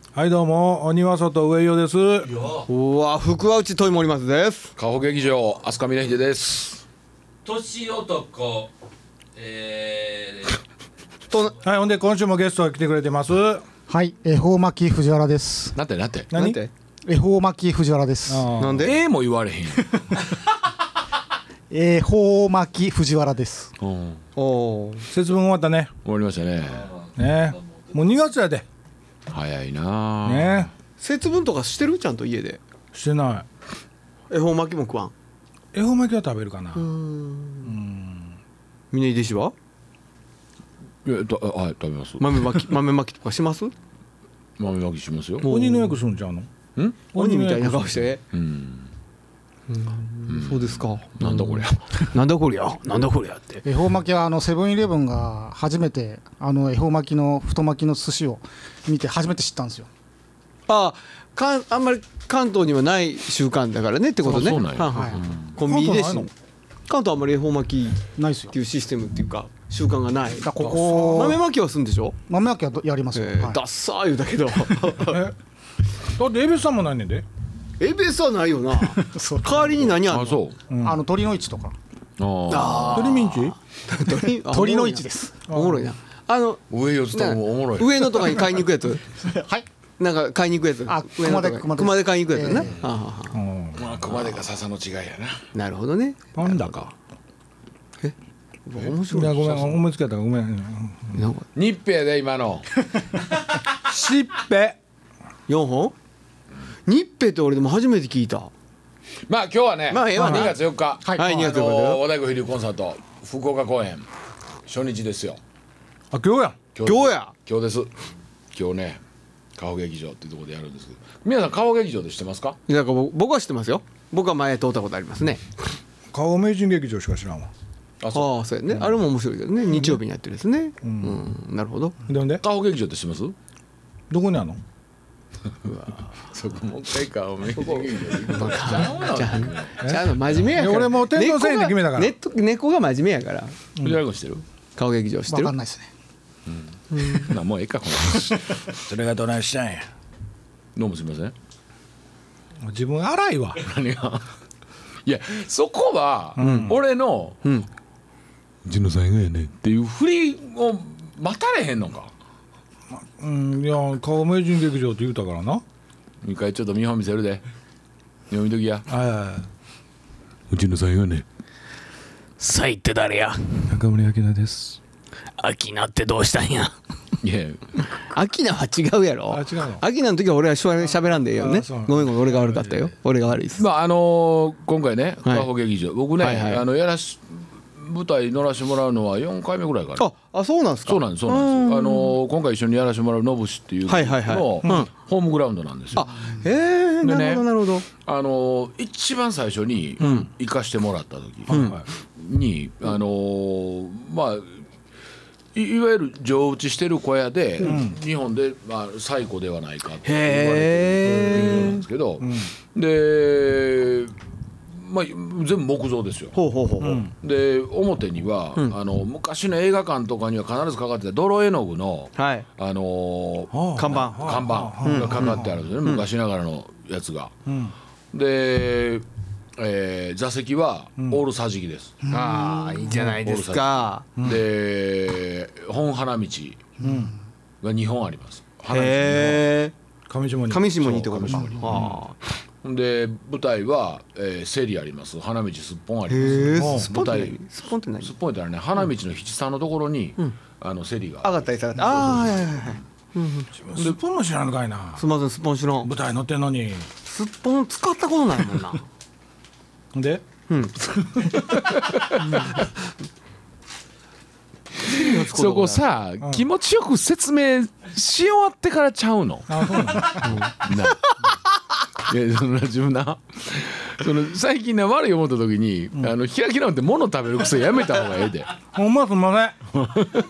はいどうも鬼は外上与です。 うわ福は内問森松です。 加穂劇場飛鳥峰秀です。 年男はい、ほんで今週もゲストが来てくれてます。 はい、恵方巻き藤原です。 なんて何恵方巻き藤原です。 なんでも言われへんよ。 恵方巻き藤原です。 お節分終わったね。 終わりましたね。 ねもう2月やで早いなね。 節分とかしてるちゃんと家でしてな恵方巻きも食わん。 い。恵方巻きは食べるかな。 峰秀氏はいやはい食べます。 豆巻きとかします？ 豆まきしますよ。 鬼の役するんちゃうの？ 鬼みたいな顔して。そうですか。 なんだこりゃ。 なんだこりゃって恵方巻きはセブンイレブンが初めて恵方巻きの太巻きの寿司を見て初めて知ったんですよ。 あんまり関東にはない習慣だからねってことね。 そうなんや。 コンビニで関東ないの？ 関東はあんまり恵方巻きないですよっていうシステムっていうか習慣がない。 ここ豆巻きはするんでしょ？ 豆巻きはやりますよ。はいダッサー言うだけどだってエベさんもないねんで。 エベスはないよなそう代わりに何あんの？ あそう。 鶏の市とか鶏ミンチ？ 鶏の市です。 おもろいな。 上四つともおもろい。 上のとかに買いに行くやつはいなんか買いに行くやつ。 あ上のとか熊で買いに行くやつね。 まあ熊手か笹の違いやな。 なるほどね。 パンダか。 面白い。 いやごめん思いつきやったからごめん。 なんか日平で今の。 しっぺ。 4本日平って俺でも初めて聞いた。 まあ今日はね。 まあええわな 2月4日。 はいはい2月4日だよ。 和太鼓飛龍コンサート福岡公演初日ですよ。 あ今日や。 今日や。 今日です。今日ね加穂劇場っていうところでやるんですけど、皆さん加穂劇場で知ってますか？ だから僕は知ってますよ。僕は前通ったことありますね。 顔名人劇場しか知らんわ。 あそう。 ああそうやね。あれも面白いけどね。日曜日にやってるですね。なるほど。 でほんで加穂劇場って知ってます？ どこにあんの？ そこもう一回加穂名人劇場。 ちゃんと真面目やから。 俺もう天皇制で決めたから猫が真面目やから。 藤原君知ってる？ 顔劇場知ってるわかん？ないですね。 もうええかこの話。 それがどないしたんや。 どうもすみません。 自分荒いわ。 何が？いやそこは俺のうちのさんがやねんっていう振りを待たれへんのか。 いや顔名人劇場って言うたからな。 一回ちょっと見本見せるで。読みときや。うちのさんがね。 さいって誰や？ 中村明菜です。 アキナってどうしたんや？ いやアキナは違うやろ。 あ違うの。 アキナの時は俺はしゃべらんでいいよね。 あそうごめん俺が悪かったよ。俺が悪いです。 まあ今回ね加穂劇場僕ねはいはい舞台乗らしてもらうのは4回目ぐらいかな。 あそうなんですか。 そうなんです。今回一緒にやらせてもらうノブシっていうのはいはいはいホームグラウンドなんですよ。 なるほどなるほど。 一番最初に行かしてもらった時にまあいわゆる上打ちしてる小屋で日本で最古ではないかって言われてるんですけど、でまあ全部木造ですよ。 ほうほうほうほう。 で表には昔の映画館とかには必ずかかってた泥絵の具のはい看板がかかってあるんですよね、昔ながらのやつが。で座席はオール桟敷です。 ああいいじゃないですか。 で本花道が2本あります。 へえ。 上下に。 上下にってことか。 で舞台はセリあります。花道すっぽんありへえ。 ます。 スポンって舞台何？スポンって何？ すっぽんってあれね花道の七三のところにセリが上がったり下がったり。ああはいはいはい。 スプーンも知らんのかいな。 すみませんスポン知らん。 舞台乗ってんのに。 スポン使ったことないもんな。 でそこさ気持ちよく説明し終わってからちゃうの。 あそうなの。 いや自分な最近ね悪い思った時に開き直って物食べる癖やめた方がええで。 ほんますんません。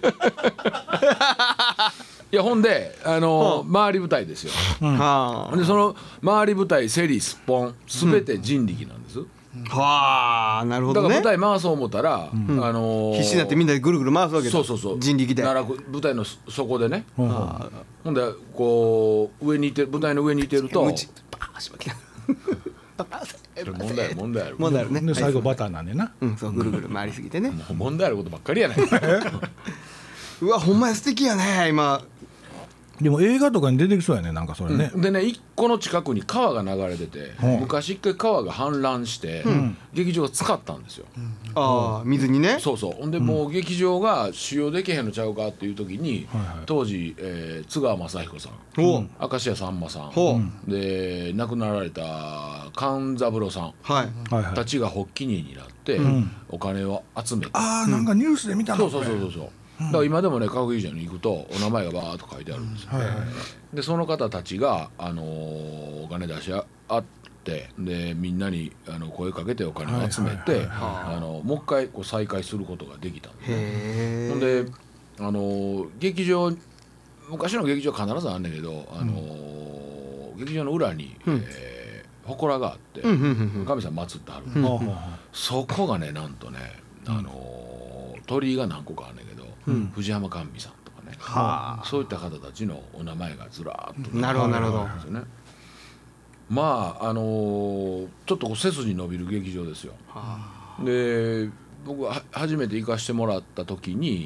いやほんで周り舞台ですよ。 はでその周り舞台セリスポン全て人力なんです。 はあなるほだからどね舞台回そう思ったら、 必死になってみんなでぐるぐる回すわけだ。 そう人力で。 奈落舞台の底でね、 うんほんでこう上にいて舞台の上にいてるとムチバーッしばきな問題ある問題ある問題あるね。 で最後バターなんでな。 うんそうぐるぐる回りすぎてね。 もう問題あることばっかりやねうわほんまや素敵やね今。 でも映画とかに出てきそうやねなんかそれね。 でね一個の近くに川が流れてて、 うん昔一回川が氾濫して、劇場が使ったんですよ、 ああ水にね。 そうそうほんでもう劇場が使用できへんのちゃうかっていう時に、 はいはい当時、津川雅彦さんほう明石家さんまさんほうで亡くなられた勘三郎さんはい。 はいはい。 たちが発起人になって、お金を集めて、 ああなんかニュースで見たの。 そうそうだから今でもね歌舞劇場に行くとお名前がバーッと書いてあるんですよ、 はいはい。 でその方たちが、お金出し合ってでみんなに声かけてお金を集めてもう一回こう再開することができたんですね。 へほんで劇場昔の劇場必ずあんねんけど、劇場の裏に、祠があって、神様祀ってはる、 ほうほうほうそこがねなんとね、鳥居が何個かあんねんけど、藤浜甘美さんとかね、 はそういった方たちのお名前がずらーっとなるほどなるほどんですよね。まあちょっとこう背筋伸びる劇場ですよ。で僕は初めて行かしてもらった時に、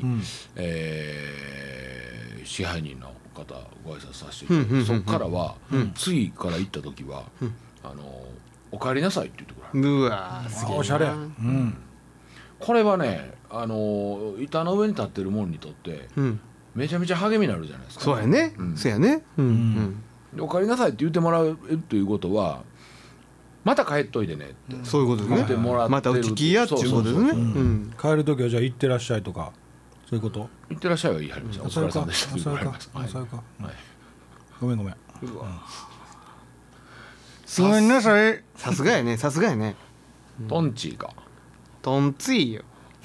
支配人の方ご挨拶させていただいて、そっからは、次から行った時は、お帰りなさいって言ってくれる。 うわすげえな。 おしゃれ。うん。 これはね板の上に立ってるもんにとってうんめちゃめちゃ励みになるじゃないですか。 そうやね。そうやね。うんでお帰りなさいって言ってもらえるということはまた帰っといてねってそういうことですね言ってもらってる。 またお聞きやっていうことですね。 そうそうそううん帰る時はじゃあ行ってらっしゃいとかそういうこと。 行ってらっしゃいは言い張りました。お疲れ様でしたって言われました。はいそういうか。 はいごめんごめん。 さごめんなさい。 さすがやねさすがやね。 トンチーか。 トンツイよ。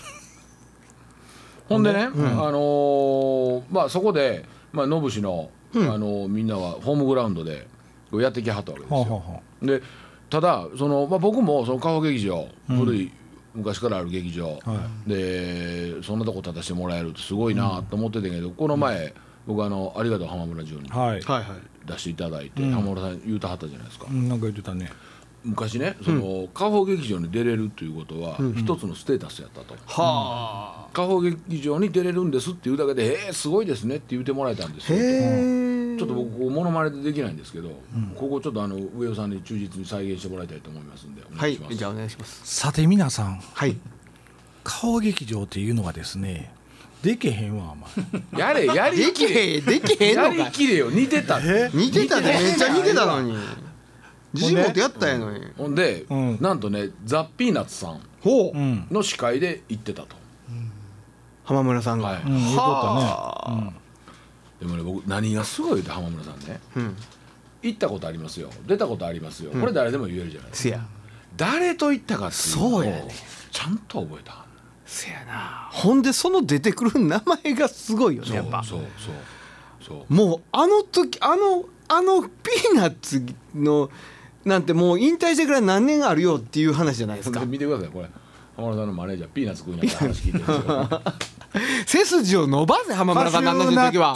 ほんでね、まあそこで、まあ、野伏の、みんなはホームグラウンドでやってきはったわけですよ。 ほうほうほでただまあ、僕もそのカホ劇場、古い昔からある劇場、 はでそんなとこ立たせてもらえるってすごいなと思ってたけど、この前僕ありがとう浜村城にう。はい。 はいはい。 出していただいて、浜村さん言うたはったじゃないですか。 なんか言ってたね。 昔ねそのカホ劇場に出れるということは一つのステータスやったと。 はカホ劇場に出れるんですっていうだけで「すごいですね」って言ってもらえたんですあ。 よ。 へえ。 ちょっと僕ここモノマネでできないんですけど、ここちょっと上尾さんに忠実に再現してもらいたいと思いますんでおはい願いします。 じゃあお願いします。 さて皆さん、 はい。 顔劇場っていうのはですね、でけへんわお前。 やれやりでききれへんできへんやのか。 りきれよ似てたって。 似てたでめっちゃ似てたのに。自信持ってやったんやのに。 ほんで、 うんなんとねザ・ピーナッツさんほう。 うん。 の司会で行ってたと。 浜村さんが。 はいうん、言うとったね。 はでもね僕何がすごいって浜村さんねうん。 行ったことありますよ出たことありますよ、これ誰でも言えるじゃないですか。 せや。 誰と行ったかっていうのをそうやねちゃんと覚えた。 せやな。ほんでその出てくる名前がすごいよねやっぱ。 そうそうもうあの時ピーナッツのなんてもう引退してから何年あるよっていう話じゃないですか。 見てくださいこれ浜田さんのマネージャーピーナッツ君やった話聞いてるんですよ。 背筋を伸ばせ浜村さんの話の時は。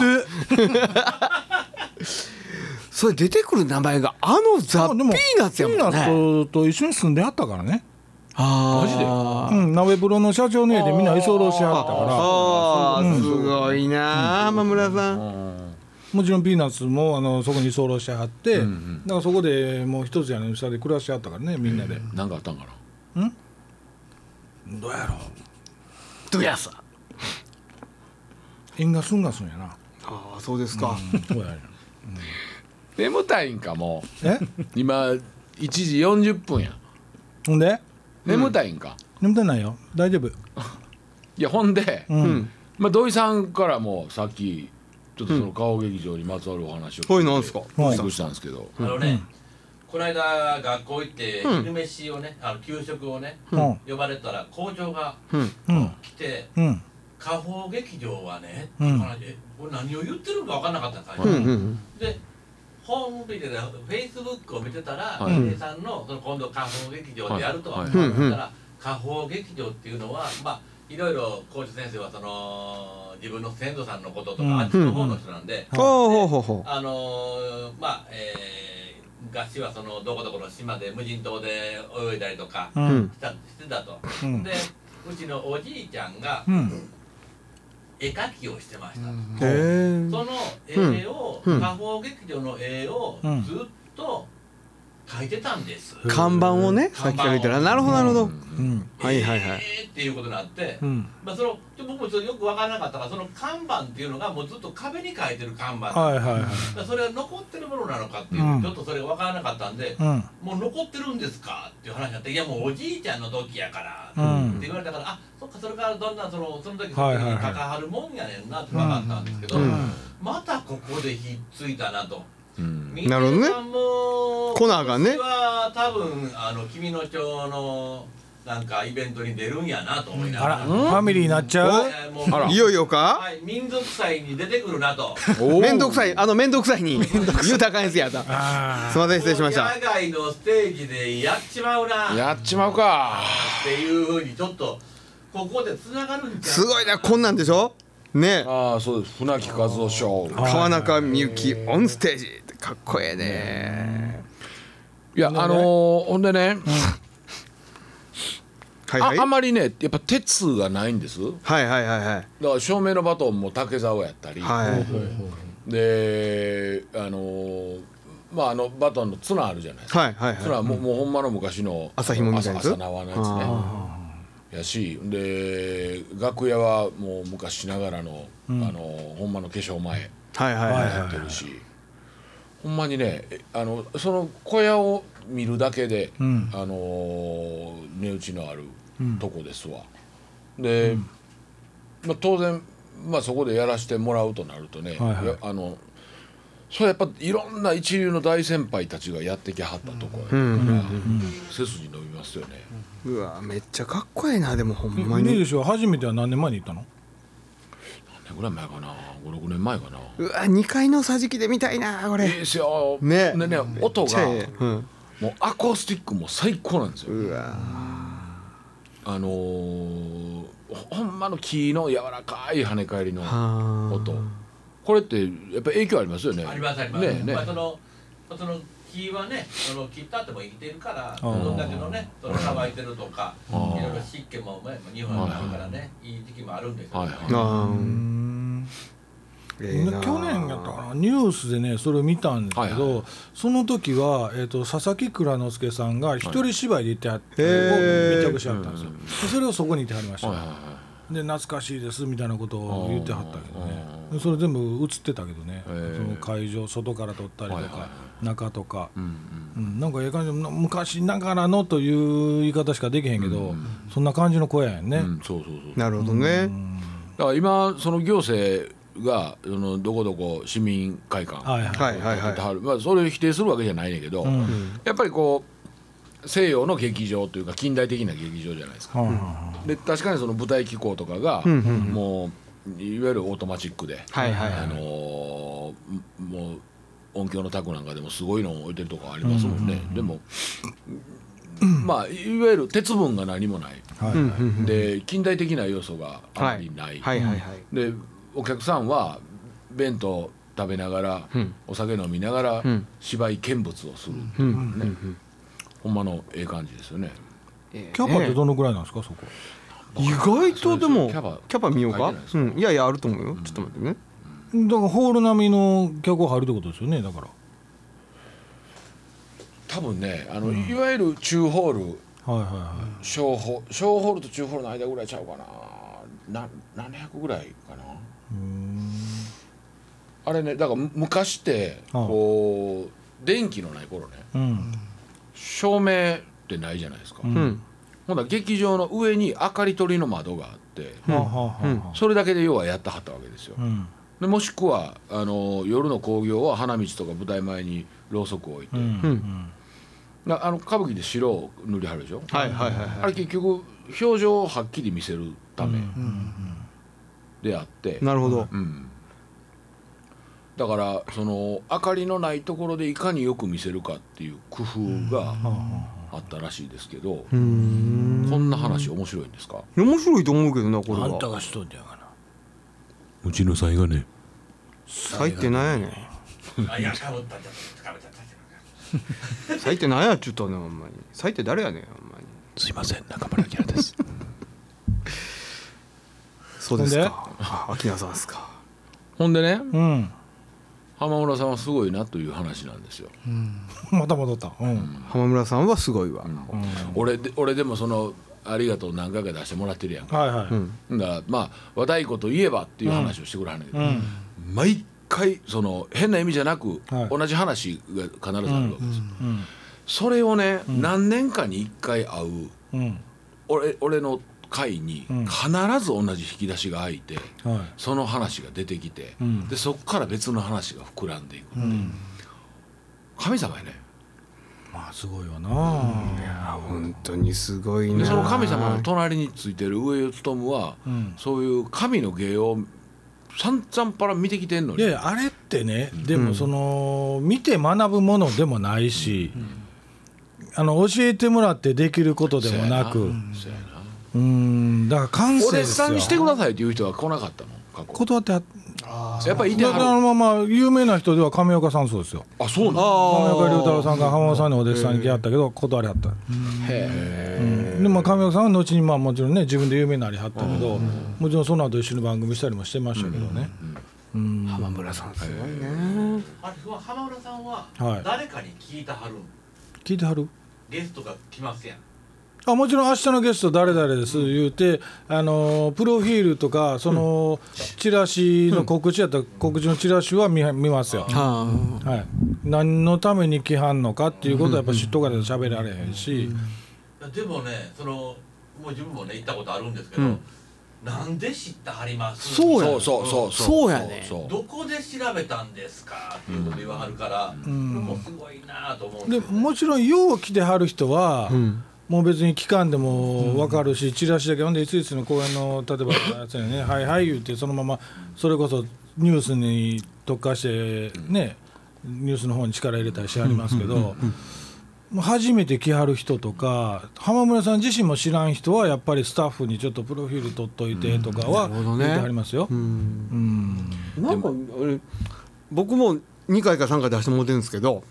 それ出てくる名前がザ・ピーナッツやもんね。 ピーナッツと一緒に住んではったからね。 マジでうん、鍋風呂の社長の家でみんな居候しはったかああ、すごいな浜村さん。 ら、もちろんピーナッツもそこに居候してはって、だからそこでもう一つ屋根の下で暮らしはったからねみんなで。 なんかあったんかな。 どうやろう。 どやさ。 縁がすんがすんやな。 ああ、そうですか。 そうやね。 眠たいんかもえ？ う今1時40分や。 ほんで？ 眠たいんか。 眠ってないよ。大丈夫。 いやほんで、まあ土井さんからもさっきちょっとその顔劇場にまつわるお話をこれなんですか。 びっくりしたんですけど、 この間学校行って昼飯をね、給食をね、 うん呼ばれたら校長がうん来てうん 「下方劇場はね」 うんこれ何を言ってるのか分かんなかったんですうんうん。 で本ームページでフェイスブックを見てたら、 はい入江さんのその今度家宝劇場でやるとはい思ったら、家宝劇場っていうのはまあいろいろ校長先生はその自分の先祖さんのこととか、あっちの方の人なんで、 ほうほうほうほまあ昔はそのどこどこの島で無人島で泳いだりとかうんしてたと、 うんでうちのおじいちゃんがうん絵描きをしてました、 う。へえ。 その絵を、 うん家宝劇場の絵をうんずっと描いてたんです、 看板をね、さっきから言ったら、なるほどなるほど。 うんはいはいはい。 っていうことになって、 うんまあ、その僕もちょっとよく分からなかったからその看板っていうのがもうずっと壁に描いてる看板、 はいはいはいだからそれは残ってるものなのかっていう、 うんちょっとそれが分からなかったんで、 うんもう残ってるんですかっていう話になって、いやもうおじいちゃんの時やから、 うんって言われたから、あそっかそれからどんなその時その時にはいはいはい関わるもんやねんなって分かったんですけど、 うんまたここでひっついたなと。 うんなるほどね三浦さんもコナーがね今年は多分君の町のなんかイベントに出るんやなと思いながら、 あらファミリーになっちゃうもういよいよか。 はい、民族祭に出てくるなと。 めんどくさい、めんどくさいに言うたらあかんやつやった。 あすみません、失礼しました。 野外のステージでやっちまうなっやっちまうか。 ていうふうにちょっとここでつながるんじゃすごいな、こんなんでしょね。 ああそうです。船木和夫ショー。 川中美幸オンステージかっこええね。 いやほんでね、 はいはいあんまりねやっぱ鉄がないんです。だはいはいはいはいから照明のバトンも竹竿やったり、 はいでまあバトンの綱あるじゃないですか。 はいはいはい。 綱はもうほんまの昔の朝紐みたいなやつ朝縄のやつね。やしで楽屋はもう昔ながらの、ほんまの化粧前はいはいはいやってるし、ほんまにねその小屋を見るだけで、 ん値打ちのあるとこですわ。で、まあ、当然、まあ、そこでやらせてもらうとなるとね、 はいはいいやそれやっぱいろんな一流の大先輩たちがやってきはったとこやから、背筋伸びますよね。 うわめっちゃかっこええな。でもほんま峰に岸は初めては何年前に行ったの？ 何年ぐらい前かな、56年前かな。 うわ2階の桟敷で見たいなこれ。 いいですよ。 ねでね音がめっちゃええうんもうアコースティックも最高なんですよ。 うわほんまの木の柔らかい跳ね返りのはあ音。これってやっぱ影響ありますよね。 ありますあります、 ねねまあ、その木はね切ったっても生きてるからどんだけのね乾いてるとかいろいろ湿気も、日本にあるからね、いい時期もあるんですよ、 はいはいあええな去年やったかなニュースでねそれを見たんですけど、 はいはいその時は、佐々木蔵之介さんが一人芝居で行ってはって、 へー密着しはったんですよ、でそれをそこにいてはりました、 はいはいはで懐かしいですみたいなことを言ってはったけどねでそれ全部映ってたけどね、 へーその会場外から撮ったりとか、 はいはいは中とか、 い。 なんかええ感じの昔ながらのという言い方しかできへんけど、そんな感じの声やんね、 そうそうそう。 なるほどねだから今その行政がどこどこ市民会館はいはいはいはいはいまあそれを否定するわけじゃないねんけど、やっぱりこう西洋の劇場というか近代的な劇場じゃないですか。で確かにその舞台機構とかがもういわゆるオートマチックで、 はいはいはいもう音響の卓なんかでもすごいのを置いてるとこありますもんね。でもまあいわゆる鉄分が何もない、で近代的な要素があまりない、 はいはいはいでお客さんは弁当食べながら、お酒飲みながら、芝居見物をするっていうね、ほんまのええ感じですよね。 キャパってどのぐらいなんですかそこ？ 意外とでもキャキャパ見ようか書いてないですかいやいやあると思うよちょっと待ってねだからホール並みの客が入るってことですよねだから。 多分ねいわゆる中ホールはいはいは小ホールと中ホールの間ぐらいちゃうかな700ぐらいかな。あれねだから昔ってこう電気のない頃ねい。 照明ってないじゃないですか。 うんほんなら劇場の上に明かり取りの窓があってはあはあはあそれだけで要はやってはったわけですよ。でもしくは夜の興行は花道とか舞台前にろうそくを置いて、歌舞伎で白を塗りはるでしょ、 はいはいはいあれ結局表情をはっきり見せるためであって、 なるほどうんだからその明かりのないところでいかによく見せるかっていう工夫があったらしいですけど、こんな話面白いんですか？ 面白いと思うけどなこれあんたは。 がしとんじゃがな。 うちの才がね、 才ってなんやねん。 あ、いや、かぶったじゃん、かぶっちゃった。 才ってなんやっちゅったねほんまに。才って誰やねんほんまに。 すいません、中村明ですそうですか。秋名さんですか。 ほんでね、 うん。 浜村さんはすごいなという話なんですよ。 また戻った。うん。 浜村さんはすごいわ。 俺でもそのありがとう何回か出してもらってるやんか。 はいはい。 うんだからまあ和太鼓といえばっていう話をしてくれはんねんけど、毎回その変な意味じゃなく、 はい同じ話が必ずあるわけですよ。 うん。 それをね、何年かに1回会ううん。 俺の会にん必ず同じ引き出しが開いて、 はい。 その話が出てきて、 んでそこから別の話が膨らんでいくって、神様やね。 まあすごいわな。 本当にすごいな。 でその神様の隣についてる上与務は、そういう神の芸を散々パラ見てきてんのに、 いやいやあれってね、でもその見て学ぶものでもないし、教えてもらってできることでもなく、 そうやなだから感性お弟子ですよ。 さんにしてくださいっていう人は来なかったの過去。 断ってはっやっぱりいてだからはる。 まあ有名な人では亀岡さんそうですよ。 あ、そうなの。 亀岡龍太郎さんが浜本さんのお弟子さんに来はったけど断りはった。でも亀岡さんは後にまあもちろんね自分で有名になりはったけど、もちろんその後一緒に番組したりもしてましたけどね。 浜村さんすごいね。 あれは浜村さんははい誰かに聞いたはるん、 聞いてはる？ ゲストが来ますやん。 あ、もちろん明日のゲスト誰々です言うて、プロフィールとかそのチラシの告知やったら告知のチラシは見ますよ。はい。何のために来はんのかっていうことはやっぱ知っとかないと喋られへんし。 でもね、もう自分もね行ったことあるんですけど、なんで知ってはります？ そうやそうやねそうどこで調べたんですかっていうこと言わはるから、これもすごいなと思うんでですよね。 もちろんよう来てはる人は、もう別に期間でも分かるし、チラシだけほんでいついつの公演の例えばやつやねはいはい言うてそのままそれこそニュースに特化してねニュースの方に力入れたりしてありますけど、もう初めて来はる人とか浜村さん自身も知らん人はやっぱりスタッフにちょっとプロフィール取っといてとかは言ってはりますよ。 なんか俺僕も2回か3回出してもらってるんですけど、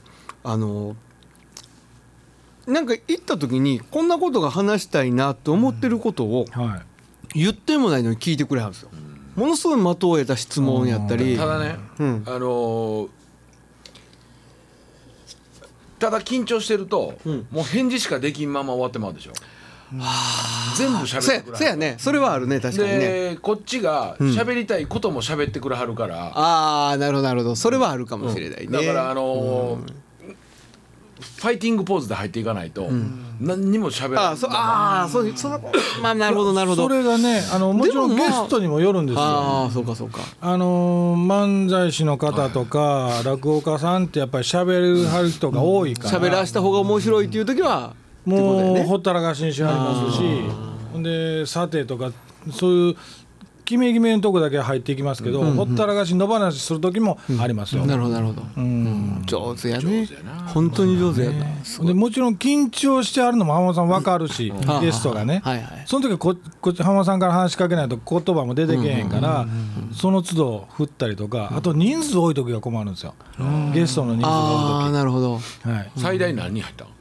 なんか行った時にこんなことが話したいなと思ってることをはい言ってもないのに聞いてくれはるんですよ。ものすごい的を得た質問やったり。 ただね、ただ緊張してると、もう返事しかできんまま終わってまうでしょ。全部喋ってくれはる。 そうやね、それはあるね、確かにね。 でこっちが喋りたいことも喋ってくれはるから、 ああ、なるほどなるほど、それはあるかもしれないね。 だからファイティングポーズで入っていかないと、何にも喋らない。 そのまあなるほどなるほど。 それがねもちろんでもまあゲストにもよるんですよ。 ああ、そうかそうか。 漫才師の方とか落語家さんってやっぱり喋るはる人が多いから、 喋らした方が面白いっていう時はってことだよね。 もうほったらかしにしはりますし、ほんでさてとかそういう決め決めのとこだけ入っていきますけど、ほったらかし野放しする時もありますよ。 なるほどなるほど。上手やね。本当に上手やな。 でもちろん緊張してあるのも浜田さん分かるし、ゲストがね、 はいはい。 その時こっち浜田さんから話しかけないと言葉も出てけへんから、その都度振ったりとか、あと人数多い時が困るんですよ、ゲストの人数がああ、 多い時。 なるほど。 はい、 最大何人入ったん？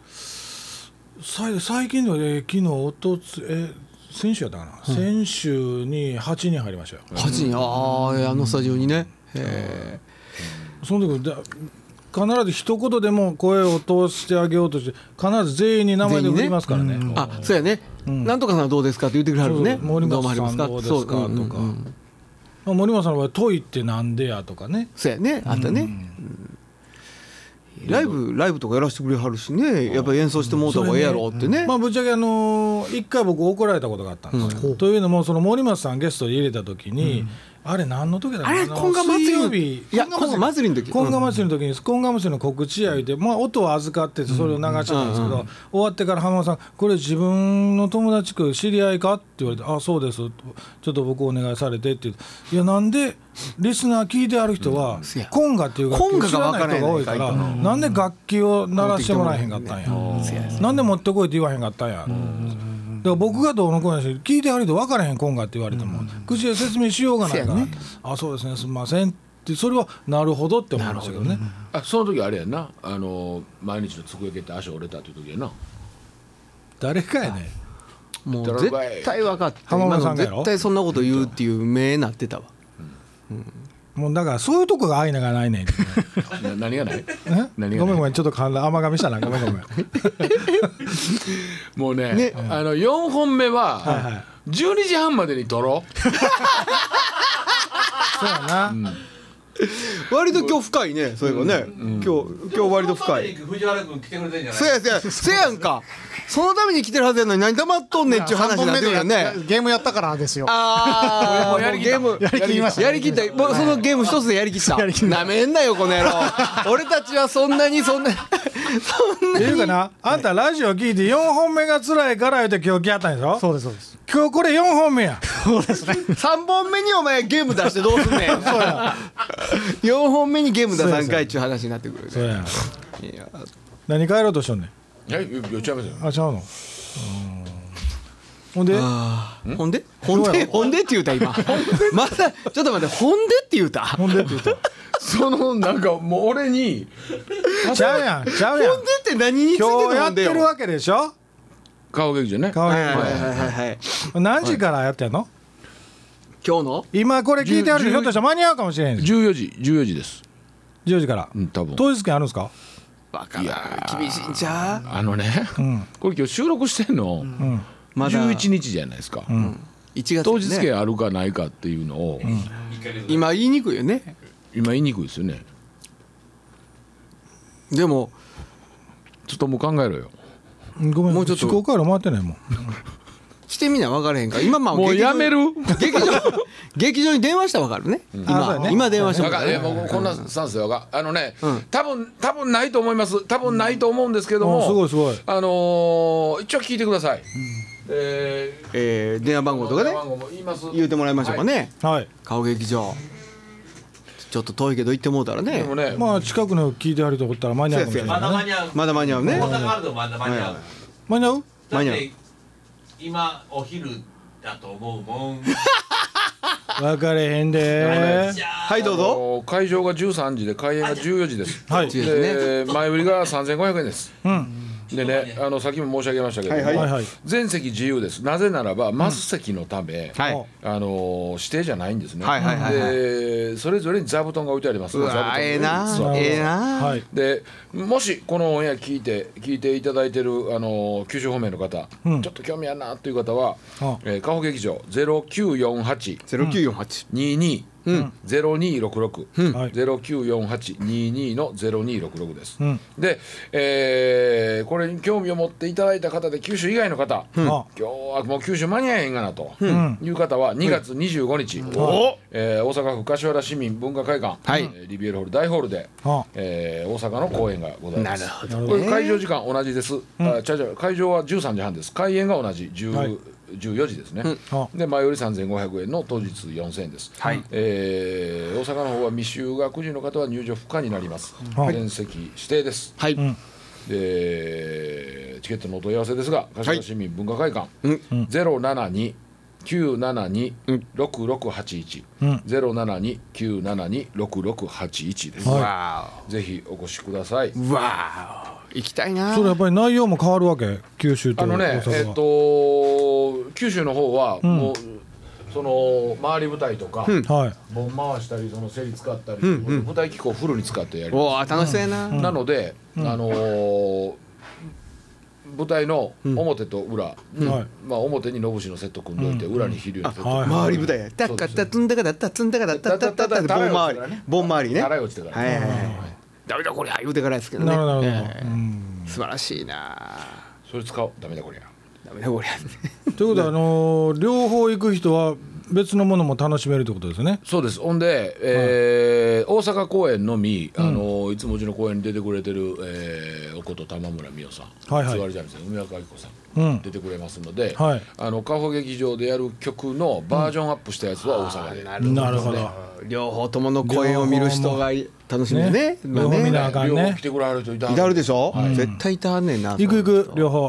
最近の昨日先週やったかな、先週に8人入りましたよ。 8人、あのスタジオにね。 その時必ず一言でも声を通してあげようとして必ず全員に名前で振りますからね。 あ、そうやね。なんとかさんどうですかって言ってくれはるね。 森どうもありますか。 本さんどうですかとか、森本さんの場合問いってなんでやとかね。 そうやね、あったね。ライブとかやらせてくれはるしね、やっぱり演奏してもうた方がええやろってね。 まあぶっちゃけ一回僕怒られたことがあったんですよ。というのもその森本さんゲストで入れた時に、 あれ何の時だあれ今賀祭り水曜日いや今賀祭りの時今賀祭りの時に今賀祭りの告知や言うて、まあ、音を預かっててそれを流しちゃったんですけど、終わってから浜田さんこれ自分の友達か知り合いかって言われてあそうですちょっと僕お願いされてって言ういやなんでリスナー聞いてある人はコンガっていう楽器を知らない人が多いからなんで楽器を鳴らしてもらえへんかったんやなんで持ってこいって言わへんかったんやだから僕がどうのこうのし聞いてある人分からへんコンガって言われても、口で説明しようがないから、あそうですねすみませんってそれはなるほどって思いましたけどね。 あその時あれやんな毎日の机蹴って足折れたっていう時やな。 誰かやねもう絶対分かって浜村さんがやろ絶対そんなこと言うっていう目なってたわ。 もうだからそういうとこが愛がないねん何がない何がないごめんごめんちょっと甘噛みしたなごめんごめんもうね4本目は12時半までに撮ろう。 そうやな、 割と今日深いねそういえばね、今日割と深い。 藤原君来てくれてんじゃない？ せやんかそのために来てるはずやのに何黙っとんねんっていう話になってるよね。 ゲームやったからですよ。 ああもうやりきったゲームやりきりましたねやりきったもうそのゲーム一つでやりきったなめんなよこの野郎俺たちはそんなにっていうかなあんたラジオ聞いて4本目が辛いから言うて今日来やったんでしょ。 そうですそうです。 今日これ4本目や 3本目にお前ゲーム出してどうすんねん4本目にゲーム出さんかいっちゅう話になってくるそうやいや何帰ろうとしとんねん。 言っちゃいますよ。 あちゃうのほんでほんでって言うた今まだちょっと待ってほんでって言うたほんでって言ったそのなんかもう俺にちゃうやんほんでって何についての今日やほんでよってるわけでしょ。 顔劇場ね。 顔はいはい劇はいはい何時からやってんの。 今日の今これ聞いてある人ひょっとしたら間に合うかもしれへんです。 14時です。 10時から多分当日券あるんですか。 バカな厳しいんちゃうこれ今日収録してんのまだ 11日じゃないですか。 1月当日券あるかないかっていうのを今言いにくいよね。 今言いにくいですよね。 でもちょっともう考えろよ。 ごめんもうちょっと思考回路回ってないもん。 してみな分からへんから今もうやめる。 劇場に電話したら分かるね今電話したら分かるもうこんなスタンスで多分ないと思います。多分ないと思うんですけどもすごいすごい一応聞いてください。 電話番号とかね電話番号も言います。 言うてもらいましょうかねはい顔劇場ちょっと遠いけど行ってもうたらねでもねまあ近くの聞いてあるとこったら間に合うかもしれまないね。 だ間に合う。 まだ間に合うね大阪あるとまだ間に合う。 間に合う間に合うだって今お昼だと思うもん。 分かれへんではいどうぞ会場が13時で開演が14時です。 はいで前売りが3500円です。 うんでねさっきも申し上げましたけども、 はいはいはい全席自由です。なぜならばマス席のため、 はい指定じゃないんですね。 はいはいはいはいでそれぞれに座布団が置いてあります。 うわ座布団ええな座布団ええなはいでもしこのオンエア聞いていただいてる九州方面の方、 うんちょっと興味あるなという方は、 あカホ劇場0948 0948 22 0266、 はい 094822の0266です。 うんで、これに興味を持っていただいた方で九州以外の方、 あ今日はもう九州間に合えへんがなという方は2月25日、大阪府柏原市民文化会館、 はいリビエルホール大ホールで、 あ大阪の公演がございます。 なるほどねこれ会場時間同じです。会場は13時半です。開演が同じはい 14時ですね。 あで前より3500円の当日4000円です。 はい大阪の方は未就学時の方は入場不可になります。 はい全席指定です。 はいんでチケットのお問い合わせですが、柏市民文化会館、 うん 072-972-6681、 うん 072-972-6681です。 はいわぜひお越しください。 ーわー行きたいなそれやっぱり内容も変わるわけ九州と大ね阪は九州の方はもう、その回り舞台とか、 はい盆回したりその競り使ったり、舞台機構をフルに使ってやります。 おー楽しそうやななので、舞台の表と裏、 はいまあ、表に野節のセット組んでおいて、裏に飛龍のセット組んで、 はい回り舞台やタッカッタツンダカダッタツンダカダッタッタッタッタって盆回り盆回りね洗い落ちてから、 はいはいはいダメだこりゃ言うてからですけどねなるほどなるほど素晴らしいなそれ使おうダメだこりゃ。 ダメだこりゃということは両方行く人は別のものも楽しめるってことですよね。 そうです。ほんで、大阪公演のみ、いつもうちの公演に出てくれてる、おこと玉村美代さん、 はいはい津軽三味線梅若明子さん、出てくれますので、 はいカホ劇場でやる曲のバージョンアップしたやつは大阪で、 なるほど。 両方ともの声を見る人が楽しみだね。 両方見なあかんね両方来。てくれはる人いたはるいてあるでしょ、絶対いたはんねんな。 行く行く両方。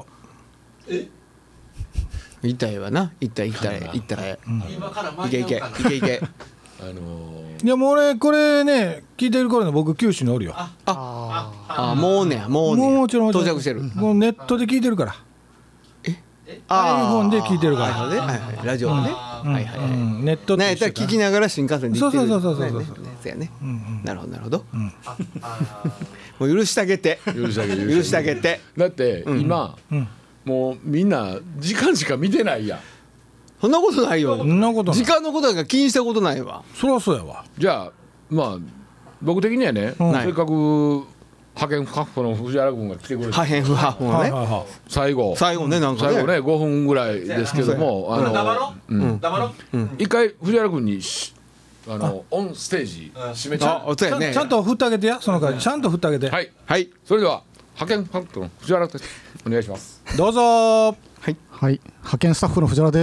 行ったらええわな。行ったら今から間いけいけに合うかな。 いけいけ。 いやもう俺これね聞いてる頃の僕九州におるよ。 あ、もうねもうねもちろん到着してる。 もうネットで聞いてるから。iPhone で聞いてるから。 はいはいラジオはね。はいはいはい。 ネットなんやったら聞きながら新幹線で行ってる。 そうそうそうやね。なるほどなるほど。もう許してあげて。 許してあげて許してあげて。 だって今、もうみんな時間しか見てないやん。 そんなことないよそ。んなことない。 時間のことなんか気にしたことないわ。 そりゃそうやわ。 じゃあまあ僕的にはね、せっかく派遣カップの藤原君が来てくれて破片不破もね。 はいはいは最後ねなんかね。 最後ね5分ぐらいですけども、 黙ろ黙ろ一回藤原君にオンステージ締めちゃう。 そうやね。 ちゃんと振ってあげてや。その回ちゃんと振ってあげて。 はい、 はい。 それでは派遣カップの藤原君お願いします。 どうぞ。 はい、派遣スタッフの藤原です。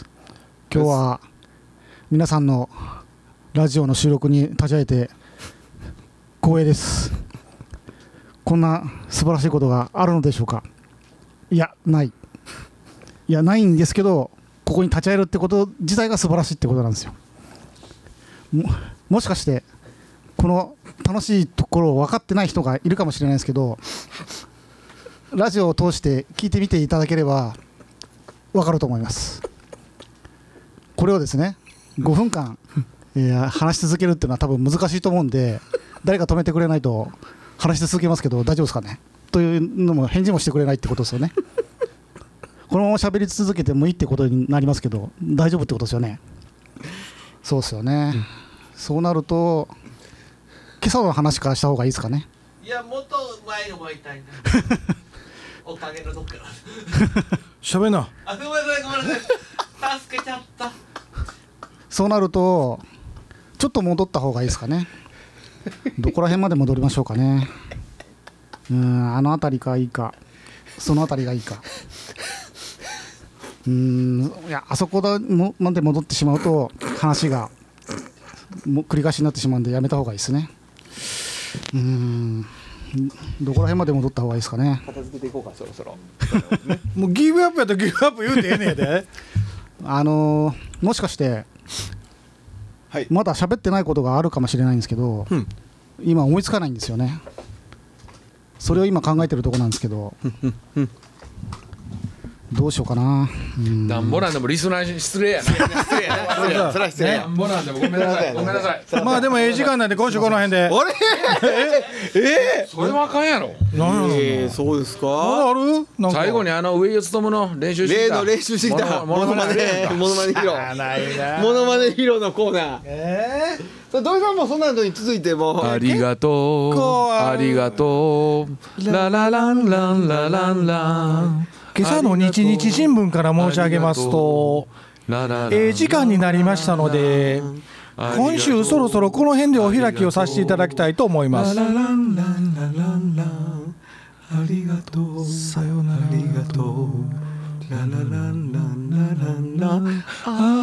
今日は皆さんのラジオの収録に立ち会えて光栄です。こんな素晴らしいことがあるのでしょうか。いやないんですけど、ここに立ち会えるってこと自体が素晴らしいってことなんですよ。もしかしてこの楽しいところを分かってない人がいるかもしれないですけど、ラジオを通して聞いてみていただければ分かると思います。これをですね5分間、話し続けるっていうのは多分難しいと思うんで、誰か止めてくれないと話し続けますけど大丈夫ですかねというのも返事もしてくれないってことですよね。このまま喋り続けてもいいってことになりますけど大丈夫ってことですよね。そうですよね、そうなると今朝の話からした方がいいですかね。 いやもっと前に覚えたいな。おかげのどっか。 喋んな。 あ、ごめんなさいごめんなさい。助けちゃった。 そうなるとちょっと戻った方がいいですかね。どこら辺まで戻りましょうかね。あの辺りがいいかその辺りがいいか。いやあそこまで戻ってしまうと話が繰り返しになってしまうんでやめた方がいいですね。どこら辺まで戻った方がいいですかね。 片付けていこうかそろそろ。 もうギブアップやったらギブアップ言うてええねやで。 もしかしてはいまだ喋ってないことがあるかもしれないんですけど、今思いつかないんですよね。それを今考えてるところなんですけど、どうしようかな。 なんぼなんでもリスナーに失礼やな。 失礼やな。それは失礼やな。んぼなんでもごめんなさい。ごめんなさい。 まあでもええ時間なんで今週この辺で。 あれ？ それはあかんやろ。 なんやろそうですか。 まだある？なんか最後に上四つともの練習してきた。 例の練習してきたモノマネ披露のコーナー。土井さんもそんなのに続いてもありがとうありがとうララランランラランラン。 今朝の日日新聞から申し上げますと、時間になりましたので今週そろそろこの辺でお開きをさせていただきたいと思います。 ララランランラランランありがとうさよならありがとうララランランラランラン